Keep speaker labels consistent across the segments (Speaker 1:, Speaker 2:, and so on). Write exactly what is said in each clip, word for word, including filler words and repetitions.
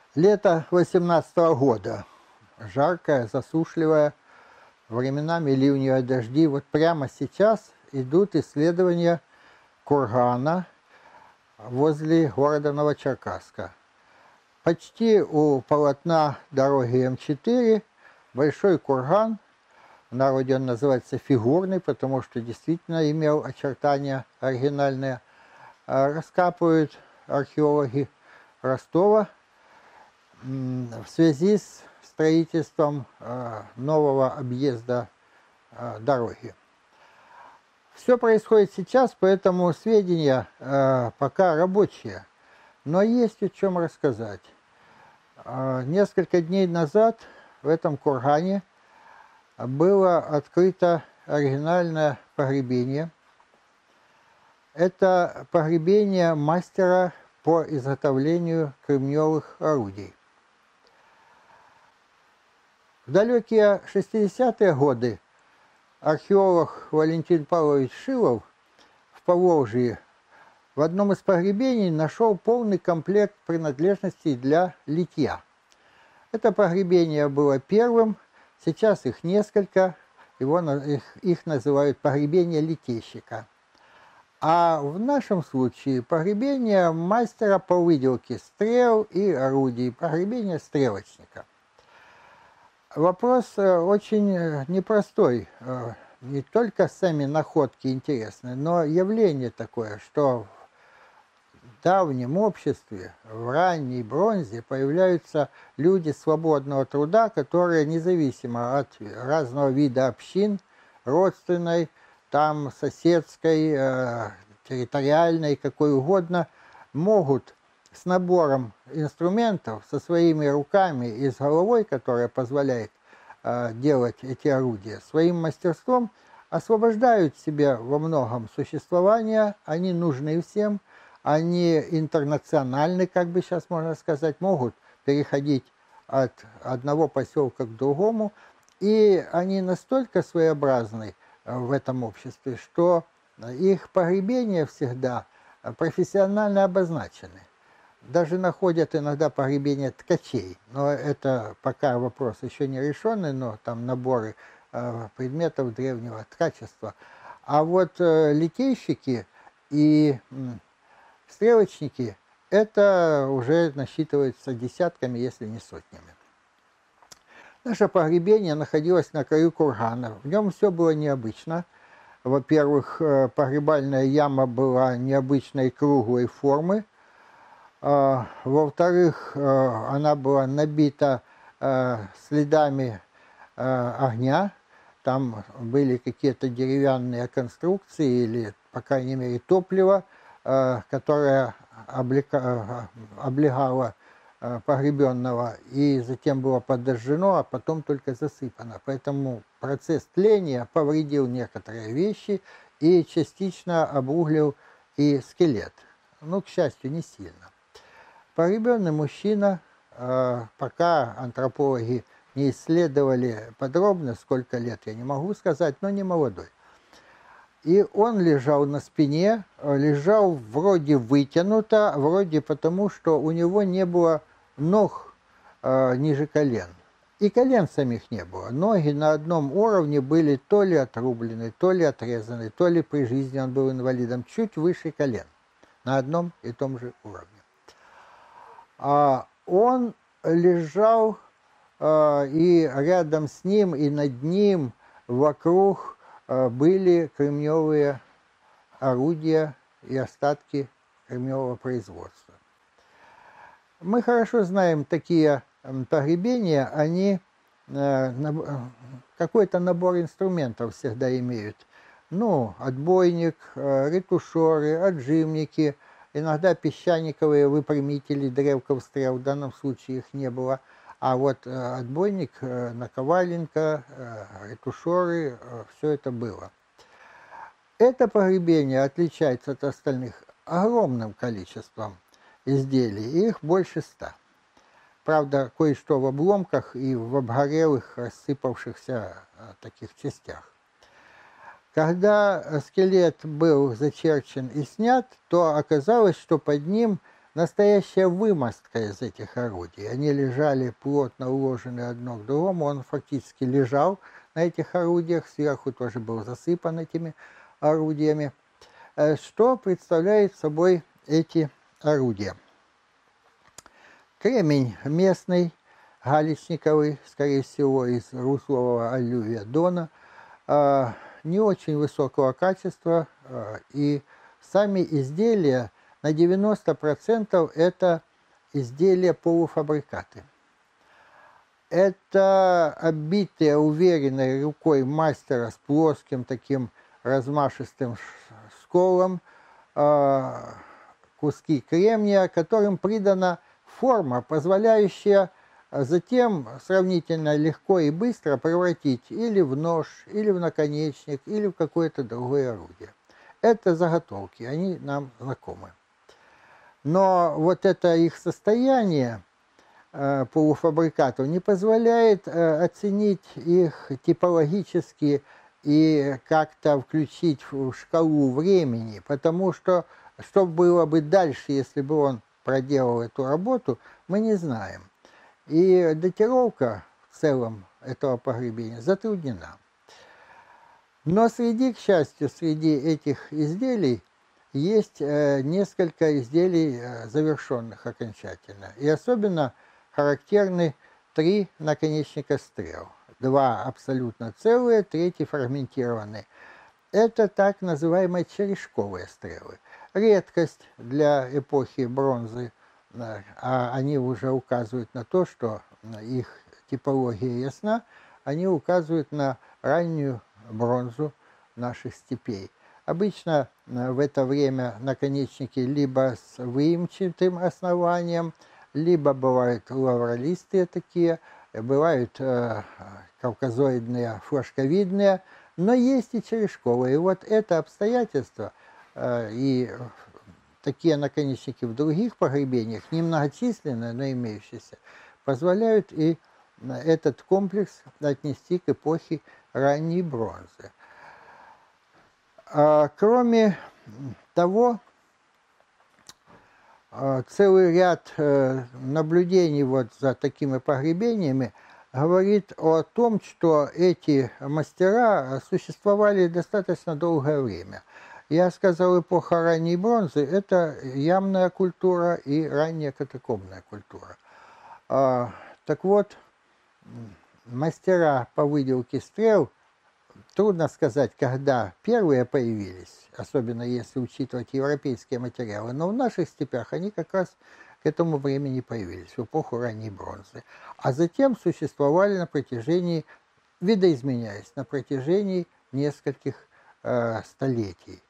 Speaker 1: Лето восемнадцатого года. Жаркое, засушливое, временами ливневые дожди. Вот прямо сейчас идут исследования кургана возле города Новочеркасска. Почти у полотна дороги М четыре большой курган, в народе он называется фигурный, потому что действительно имел очертания оригинальные, раскапывают археологи Ростова в связи с строительством нового объезда дороги. Все происходит сейчас, поэтому сведения пока рабочие, но есть о чем рассказать. Несколько дней назад в этом кургане было открыто оригинальное погребение. Это погребение мастера по изготовлению кремневых орудий. В далекие шестидесятые годы археолог Валентин Павлович Шилов в Поволжье в одном из погребений нашел полный комплект принадлежностей для литья. Это погребение было первым, сейчас их несколько, его, их, их называют погребение литейщика. А в нашем случае погребение мастера по выделке стрел и орудий, погребение стрелочника. Вопрос очень непростой. Не только сами находки интересны, но явление такое, что в давнем обществе, в ранней бронзе появляются люди свободного труда, которые независимо от разного вида общин, родственной, там соседской, территориальной, какой угодно, могут с набором инструментов, со своими руками и с головой, которая позволяет э, делать эти орудия, своим мастерством освобождают себе во многом существование, они нужны всем, они интернациональны, как бы сейчас можно сказать, могут переходить от одного поселка к другому, и они настолько своеобразны в этом обществе, что их погребения всегда профессионально обозначены. Даже находят иногда погребения ткачей, но это пока вопрос еще не решенный, но там наборы э, предметов древнего ткачества. А вот э, литейщики и э, стрелочники, это уже насчитывается десятками, если не сотнями. Наше погребение находилось на краю кургана, в нем все было необычно. Во-первых, э, погребальная яма была необычной круглой формы. Во-вторых, она была набита следами огня. Там были какие-то деревянные конструкции или, по крайней мере, топливо, которое облегало погребенного и затем было подожжено, а потом только засыпано. Поэтому процесс тления повредил некоторые вещи и частично обуглил и скелет. Ну, к счастью, не сильно. Погребенный мужчина, пока антропологи не исследовали подробно, сколько лет, я не могу сказать, но не молодой. И он лежал на спине, лежал вроде вытянуто, вроде потому, что у него не было ног ниже колен. И колен самих не было. Ноги на одном уровне были то ли отрублены, то ли отрезаны, то ли при жизни он был инвалидом, чуть выше колен, на одном и том же уровне. А он лежал, и рядом с ним, и над ним, вокруг были кремневые орудия и остатки кремневого производства. Мы хорошо знаем такие погребения, они какой-то набор инструментов всегда имеют. Ну, отбойник, ретушеры, отжимники, иногда песчаниковые выпрямители древков стрел, в данном случае их не было. А вот отбойник, наковаленка, ретушеры, все это было. Это погребение отличается от остальных огромным количеством изделий, их больше ста. Правда, кое-что в обломках и в обгорелых, рассыпавшихся таких частях. Когда скелет был зачерчен и снят, то оказалось, что под ним настоящая вымостка из этих орудий. Они лежали плотно уложены одно к другому, он фактически лежал на этих орудиях, сверху тоже был засыпан этими орудиями. Что представляют собой эти орудия? Кремень местный, галечниковый, скорее всего, из руслового аллювия Дона, не очень высокого качества, и сами изделия на девяносто процентов это изделия полуфабрикаты. Это оббитые уверенной рукой мастера с плоским таким размашистым сколом куски кремния, которым придана форма, позволяющая затем сравнительно легко и быстро превратить или в нож, или в наконечник, или в какое-то другое орудие. Это заготовки, они нам знакомы. Но вот это их состояние э, полуфабрикатов не позволяет э, оценить их типологически и как-то включить в шкалу времени, потому что что было бы дальше, если бы он проделал эту работу, мы не знаем. И датировка в целом этого погребения затруднена. Но среди, к счастью, среди этих изделий есть э, несколько изделий э, завершенных окончательно. И особенно характерны три наконечника стрел. Два абсолютно целые, третий фрагментированный. Это так называемые черешковые стрелы. Редкость для эпохи бронзы, а они уже указывают на то, что их типология ясна, они указывают на раннюю бронзу наших степей. Обычно в это время наконечники либо с выемчатым основанием, либо бывают лавролистые такие, бывают э, кавказоидные, флажковидные, но есть и черешковые. И вот это обстоятельство э, и такие наконечники в других погребениях, немногочисленные, но имеющиеся, позволяют и этот комплекс отнести к эпохе ранней бронзы. А, кроме того, целый ряд наблюдений вот за такими погребениями говорит о том, что эти мастера существовали достаточно долгое время. Я сказал, эпоха ранней бронзы – это ямная культура и ранняя катакомбная культура. А, так вот, мастера по выделке стрел, трудно сказать, когда первые появились, особенно если учитывать европейские материалы, но в наших степях они как раз к этому времени появились, в эпоху ранней бронзы. А затем существовали на протяжении, видоизменяясь, на протяжении нескольких э, столетий.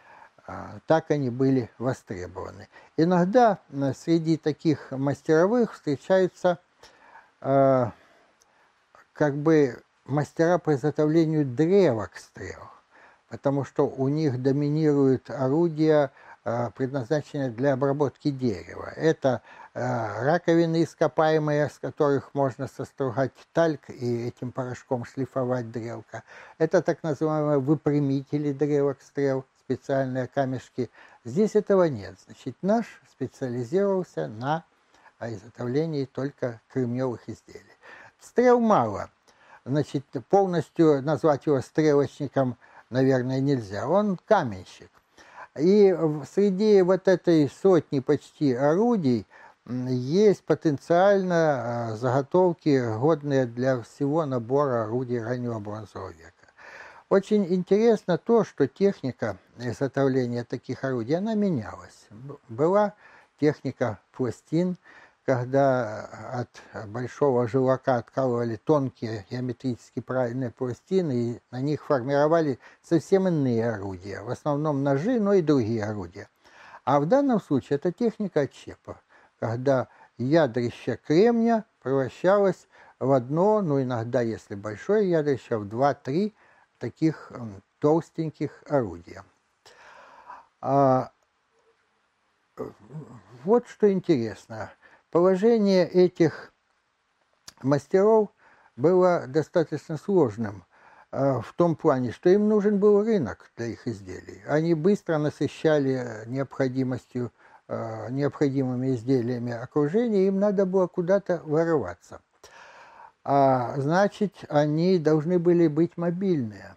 Speaker 1: Так они были востребованы. Иногда среди таких мастеровых встречаются э, как бы мастера по изготовлению древок стрел, потому что у них доминируют орудия, э, предназначенные для обработки дерева. Это э, раковины ископаемые, с которых можно состругать тальк и этим порошком шлифовать древко. Это так называемые выпрямители древок стрел, специальные камешки. Здесь этого нет. Значит, наш специализировался на изготовлении только кремневых изделий. Стрел мало. Значит, полностью назвать его стрелочником, наверное, нельзя. Он каменщик. И среди вот этой сотни почти орудий есть потенциально заготовки, годные для всего набора орудий раннего бронзового века. Очень интересно то, что техника изготовления таких орудий, она менялась. Была техника пластин, когда от большого желака откалывали тонкие геометрически правильные пластины, и на них формировали совсем иные орудия, в основном ножи, но и другие орудия. А в данном случае это техника отщепа, когда ядрище кремня превращалось в одно, ну иногда, если большое ядрище, в два-три таких толстеньких орудия. А, вот что интересно. Положение этих мастеров было достаточно сложным а, в том плане, что им нужен был рынок для их изделий. Они быстро насыщали необходимостью э, необходимыми изделиями окружения, им надо было куда-то вырываться. А, значит, они должны были быть мобильные.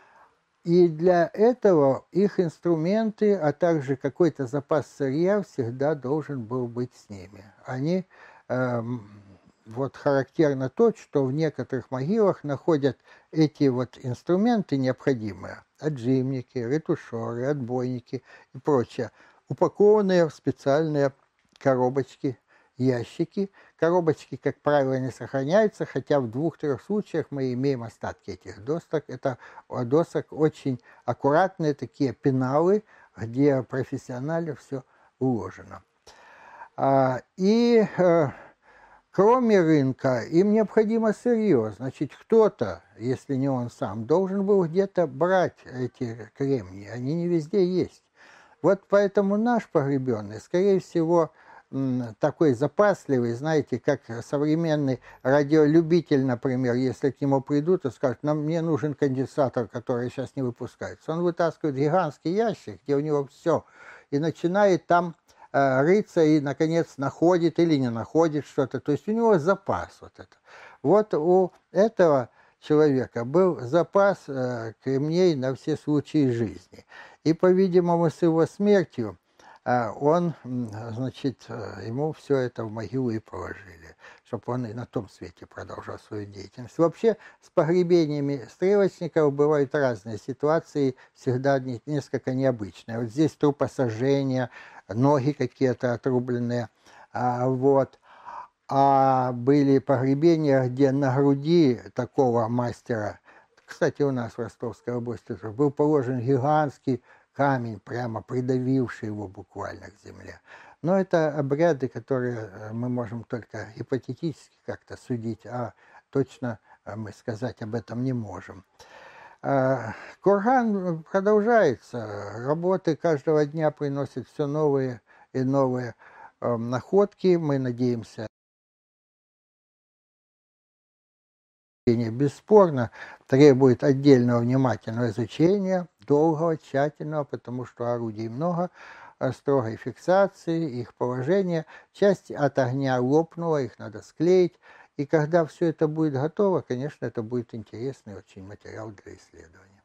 Speaker 1: И для этого их инструменты, а также какой-то запас сырья всегда должен был быть с ними. Они, э, вот характерно то, что в некоторых могилах находят эти вот инструменты необходимые, отжимники, ретушеры, отбойники и прочее, упакованные в специальные коробочки, ящики. Коробочки, как правило, не сохраняются, хотя в двух-трех случаях мы имеем остатки этих досок. Это досок очень аккуратные такие пеналы, где профессионально все уложено. А, и э, кроме рынка им необходимо сырье. Значит, кто-то, если не он сам, должен был где-то брать эти кремнии. Они не везде есть. Вот поэтому наш погребенный, скорее всего, такой запасливый, знаете, как современный радиолюбитель, например, если к нему придут и скажут, нам мне нужен конденсатор, который сейчас не выпускается. Он вытаскивает гигантский ящик, где у него все, и начинает там э, рыться, и, наконец, находит или не находит что-то. То есть у него запас вот это. Вот у этого человека был запас э, кремней на все случаи жизни. И, по-видимому, с его смертью он, значит, ему все это в могилу и положили, чтобы он и на том свете продолжал свою деятельность. Вообще с погребениями стрелочников бывают разные ситуации, всегда несколько необычные. Вот здесь трупосожжение, ноги какие-то отрубленные, вот. А были погребения, где на груди такого мастера, кстати, у нас в Ростовской области был положен гигантский камень, прямо придавивший его буквально к земле. Но это обряды, которые мы можем только гипотетически как-то судить, а точно мы сказать об этом не можем. Курган продолжается. Работы каждого дня приносят все новые и новые находки. Мы надеемся, бесспорно требует отдельного внимательного изучения, долгого, тщательного, потому что орудий много, строгой фиксации, их положения. Часть от огня лопнула, их надо склеить. И когда все это будет готово, конечно, это будет интересный очень материал для исследования.